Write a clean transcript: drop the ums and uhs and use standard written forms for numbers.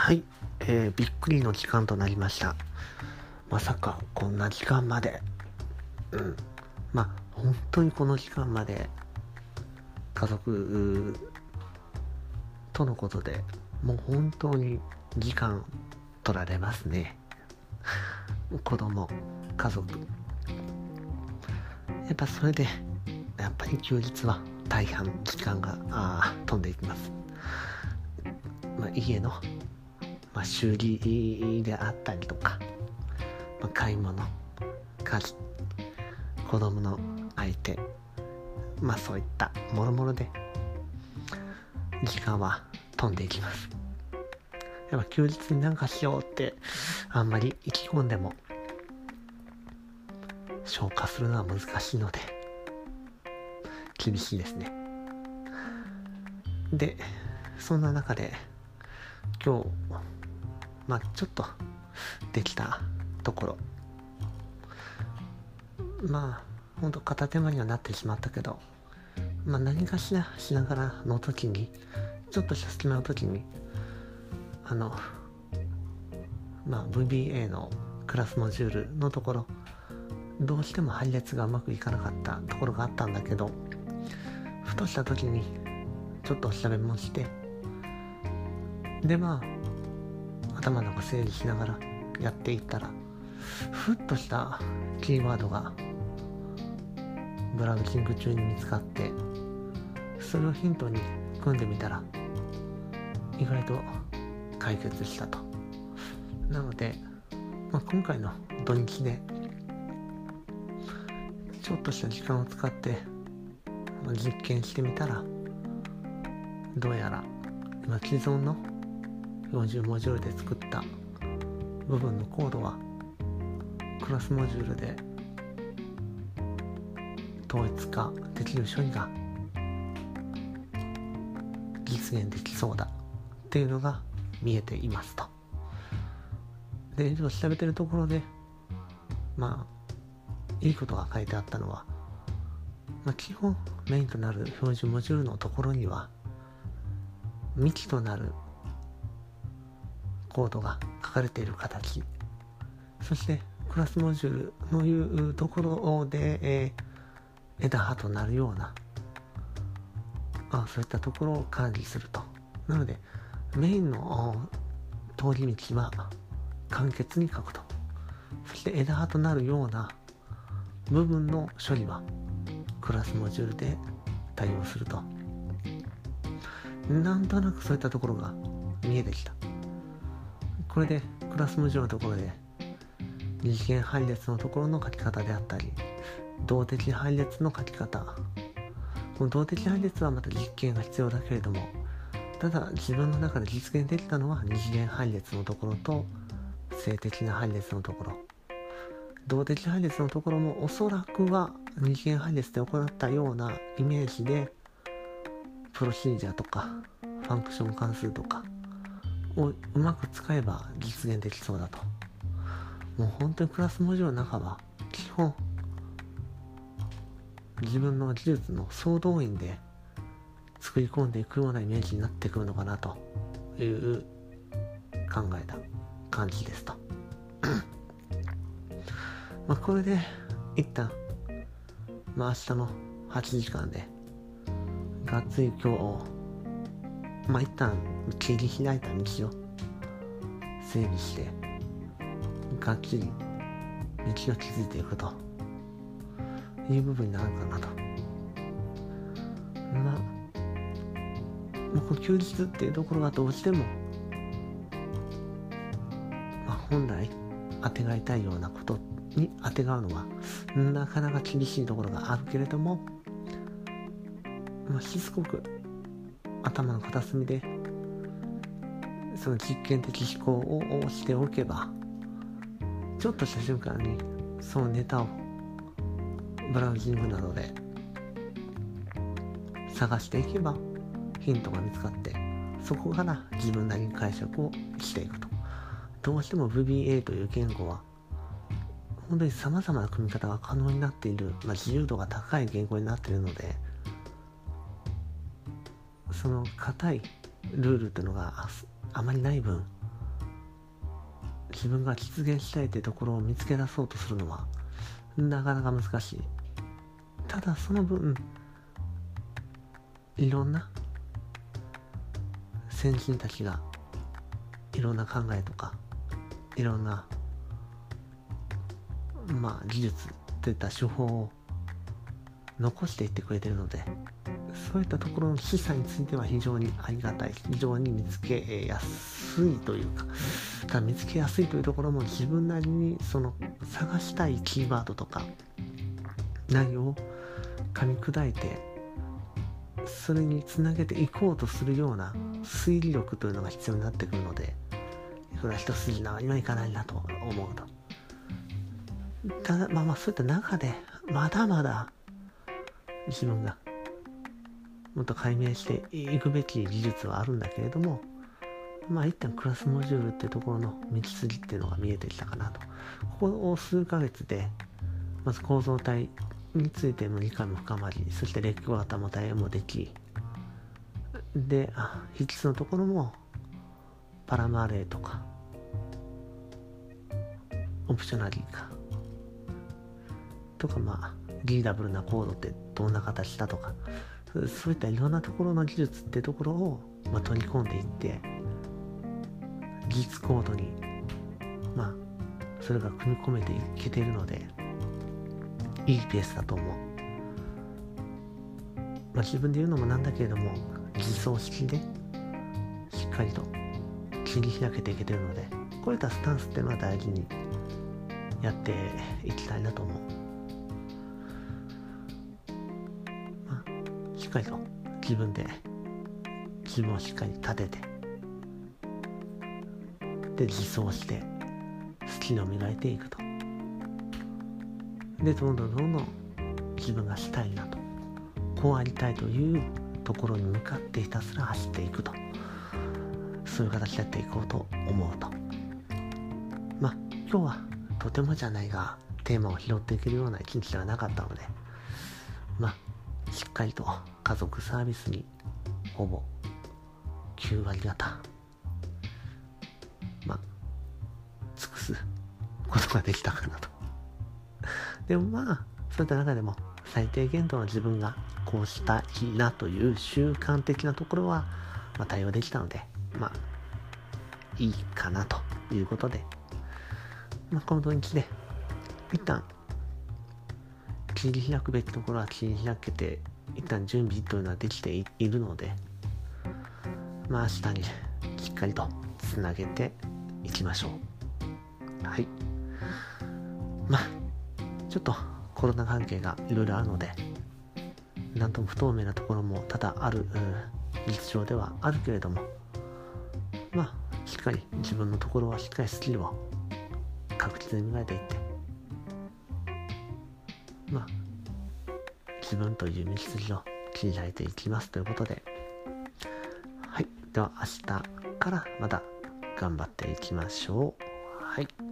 はい、びっくりの時間となりました。まさかこんな時間まで、本当にこの時間まで家族とのことでもう本当に時間取られますね。子供、家族、やっぱそれでやっぱり休日は大半時間が飛んでいきます。家の修理であったりとか、買い物、家事、子供の相手、そういったもろもろで時間は飛んでいきます。やっぱ休日に何かしようってあんまり意気込んでも消化するのは難しいので厳しいですね。で、そんな中で今日ちょっとできたところ、ほんと片手間にはなってしまったけど、何かしながらの時に、ちょっとした隙間の時にVBA のクラスモジュールのところ、どうしても配列がうまくいかなかったところがあったんだけど、ふとした時にちょっとお調べもしてで頭の中整理しながらやっていったら、ふっとしたキーワードがブラウジング中に見つかって、それをヒントに組んでみたら意外と解決したと。なので、今回の土日でちょっとした時間を使って実験してみたら、どうやら今既存の40モジュールで作った部分のコードはクラスモジュールで統一化できる処理が実現できそうだっていうのが見えていますと。で、調べてるところでいいことが書いてあったのは、基本メインとなる標準モジュールのところには幹となるコードが書かれている形、そしてクラスモジュールのいうところで、枝葉となるようなそういったところを管理すると。なのでメインの通り道は簡潔に書くと、そして枝葉となるような部分の処理はクラスモジュールで対応すると。なんとなくそういったところが見えてきた。これでクラスモジュールのところで二次元配列のところの書き方であったり、動的配列の書き方、この動的配列はまた実験が必要だけれども、ただ自分の中で実現できたのは二次元配列のところと静的な配列のところ、動的配列のところもおそらくは二次元配列で行ったようなイメージでプロシージャーとかファンクション関数とかをうまく使えば実現できそうだと。もう本当にクラスモジュールの中は基本自分の技術の総動員で作り込んでいくようなイメージになってくるのかなという考えた感じですと。これで一旦明日の8時間でがっつり今日一旦切り開いた道を整備してがっちり道を築いていくという部分になるかなと。この休日っていうところがどうしても本来あてがいたいようなことにあてがうのはなかなか厳しいところがあるけれども、しつこく頭の片隅でその実験的思考をしておけば、ちょっとした瞬間にそのネタをブラウジングなどで探していけばヒントが見つかって、そこから自分なりに解釈をしていくと。どうしても VBA という言語は本当に様々な組み方が可能になっている、自由度が高い言語になっているので、その硬いルールというのがあまりない分、 自分が実現したいというところを見つけ出そうとするのはなかなか難しい。ただその分いろんな先人たちがいろんな考えとかいろんな技術といった手法を残していってくれているので、そういったところの示唆については非常にありがたい、非常に見つけやすいというか、ただ見つけやすいというところも自分なりにその探したいキーワードとか内容を噛み砕いてそれにつなげていこうとするような推理力というのが必要になってくるので、これは一筋縄にはいかないなと思うと。ただそういった中でまだまだ自分がもっと解明していくべき技術はあるんだけれども、一旦クラスモジュールっていうところの道筋っていうのが見えてきたかなと。ここを数ヶ月でまず構造体についての理解も深まり、そして列挙型も対応もでき、で筆記のところもパラマーレとかオプショナリーかとかリーダブルなコードってどんな形だとか、そういったいろんなところの技術ってところを取り込んでいって実コードにそれが組み込めていけているのでいいペースだと思う。自分で言うのもなんだけれども実装式でしっかりと切り開けていけているので、こういったスタンスっていうのは大事にやっていきたいなと思う。しっかりと自分をしっかり立ててで実装してスキルを磨いていくと。でどんどん自分がしたいなと、こうありたいというところに向かってひたすら走っていくと、そういう形でやっていこうと思うと。今日はとてもじゃないがテーマを拾っていけるような一日ではなかったので、しっかりと家族サービスにほぼ9割方尽くすことができたかなと。でもそういった中でも最低限度の自分がこうしたいなという習慣的なところは対応できたのでいいかなということで、この土日で一旦切り開くべきところは切り開けて一旦準備というのはできているので、明日にしっかりとつなげていきましょう。はい。ちょっとコロナ関係がいろいろあるのでなんとも不透明なところも多々ある日常ではあるけれども、しっかり自分のところはしっかりスキルを確実に磨いていって自分という道筋を切り開いていきますということで、では明日からまた頑張っていきましょう。